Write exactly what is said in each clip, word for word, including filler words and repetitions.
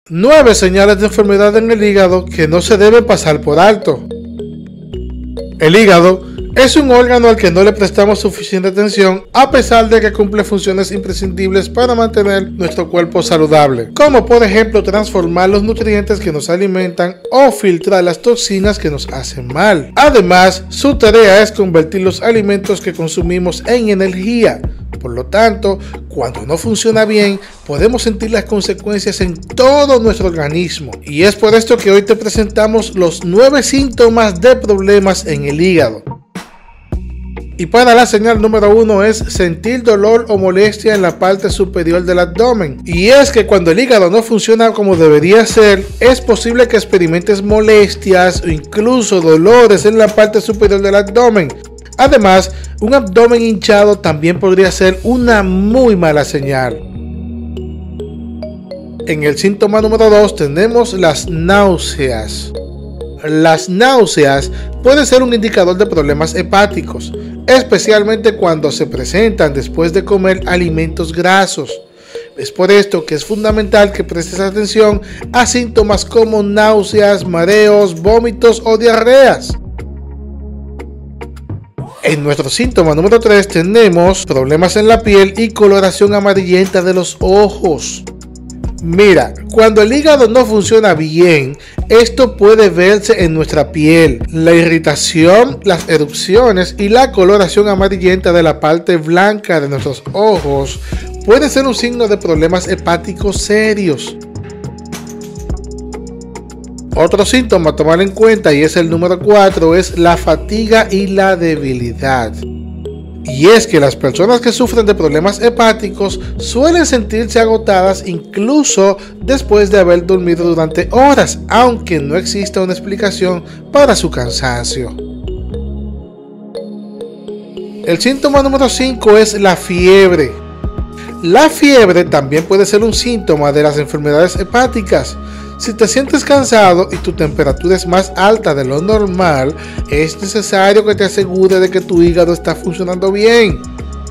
nueve señales de enfermedad en el hígado que no se deben pasar por alto. El hígado es un órgano al que no le prestamos suficiente atención a pesar de que cumple funciones imprescindibles para mantener nuestro cuerpo saludable, como por ejemplo transformar los nutrientes que nos alimentan o filtrar las toxinas que nos hacen mal. Además, su tarea es convertir los alimentos que consumimos en energía. Por lo tanto, cuando no funciona bien, podemos sentir las consecuencias en todo nuestro organismo. Y es por esto que hoy te presentamos los nueve síntomas de problemas en el hígado. Y para la señal número uno es sentir dolor o molestia en la parte superior del abdomen. Y es que cuando el hígado no funciona como debería ser, es posible que experimentes molestias o incluso dolores en la parte superior del abdomen. Además, un abdomen hinchado también podría ser una muy mala señal. En el síntoma número dos tenemos las náuseas. Las náuseas pueden ser un indicador de problemas hepáticos, especialmente cuando se presentan después de comer alimentos grasos. Es por esto que es fundamental que prestes atención a síntomas como náuseas, mareos, vómitos o diarreas. En nuestro síntoma número tres tenemos problemas en la piel y coloración amarillenta de los ojos. Mira, cuando el hígado no funciona bien, esto puede verse en nuestra piel. La irritación, las erupciones y la coloración amarillenta de la parte blanca de nuestros ojos puede ser un signo de problemas hepáticos serios. Otro síntoma a tomar en cuenta, y es el número cuatro, es la fatiga y la debilidad. Y es que las personas que sufren de problemas hepáticos suelen sentirse agotadas incluso después de haber dormido durante horas, aunque no exista una explicación para su cansancio. El síntoma número cinco es la fiebre. La fiebre también puede ser un síntoma de las enfermedades hepáticas. Si te sientes cansado y tu temperatura es más alta de lo normal, es necesario que te asegures de que tu hígado está funcionando bien.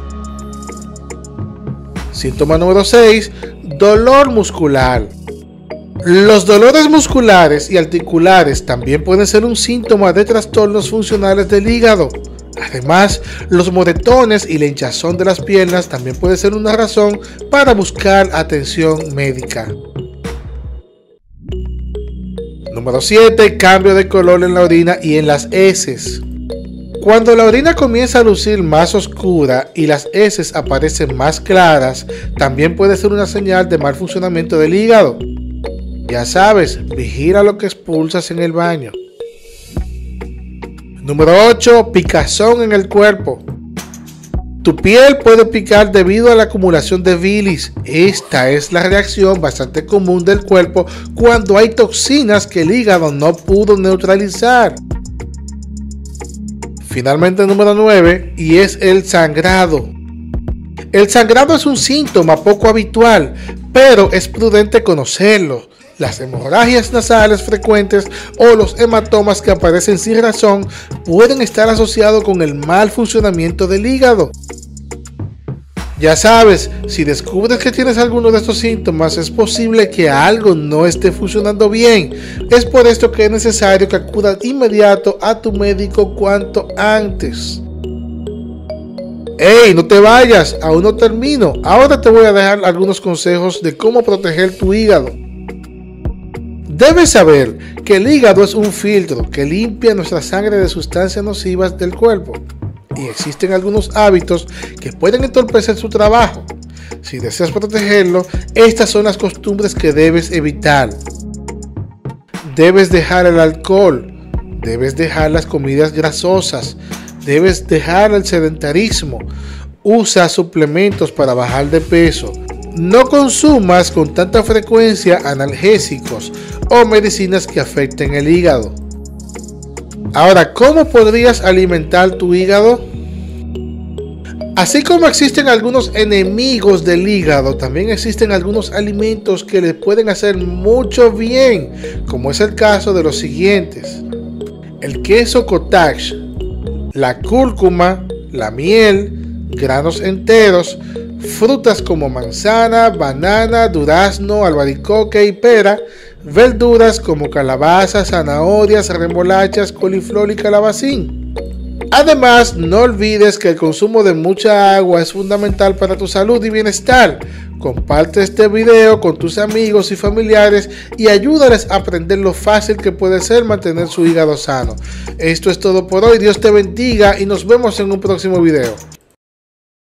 Síntoma número seis, dolor muscular. Los dolores musculares y articulares también pueden ser un síntoma de trastornos funcionales del hígado. Además, los moretones y la hinchazón de las piernas también puede ser una razón para buscar atención médica. Número siete. Cambio de color en la orina y en las heces. Cuando la orina comienza a lucir más oscura y las heces aparecen más claras, también puede ser una señal de mal funcionamiento del hígado. Ya sabes, vigila lo que expulsas en el baño. Número ocho. Picazón en el cuerpo. Tu piel puede picar debido a la acumulación de bilis. Esta es la reacción bastante común del cuerpo cuando hay toxinas que el hígado no pudo neutralizar. Finalmente, número nueve, y es el sangrado. El sangrado es un síntoma poco habitual, pero es prudente conocerlo. Las hemorragias nasales frecuentes o los hematomas que aparecen sin razón pueden estar asociados con el mal funcionamiento del hígado. Ya sabes, si descubres que tienes alguno de estos síntomas, es posible que algo no esté funcionando bien. Es por esto que es necesario que acudas de inmediato a tu médico cuanto antes. ¡Ey! No te vayas, aún no termino. Ahora te voy a dejar algunos consejos de cómo proteger tu hígado. Debes saber que el hígado es un filtro que limpia nuestra sangre de sustancias nocivas del cuerpo. Y existen algunos hábitos que pueden entorpecer su trabajo. Si deseas protegerlo, estas son las costumbres que debes evitar. Debes dejar el alcohol, debes dejar las comidas grasosas, debes dejar el sedentarismo, usa suplementos para bajar de peso, no consumas con tanta frecuencia analgésicos o medicinas que afecten el hígado. Ahora, ¿cómo podrías alimentar tu hígado? Así como existen algunos enemigos del hígado, también existen algunos alimentos que le pueden hacer mucho bien, como es el caso de los siguientes: el queso cottage, la cúrcuma, la miel, granos enteros, frutas como manzana, banana, durazno, albaricoque y pera, verduras como calabaza, zanahorias, remolachas, coliflor y calabacín. Además, no olvides que el consumo de mucha agua es fundamental para tu salud y bienestar. Comparte este video con tus amigos y familiares y ayúdales a aprender lo fácil que puede ser mantener su hígado sano. Esto es todo por hoy, Dios te bendiga y nos vemos en un próximo video.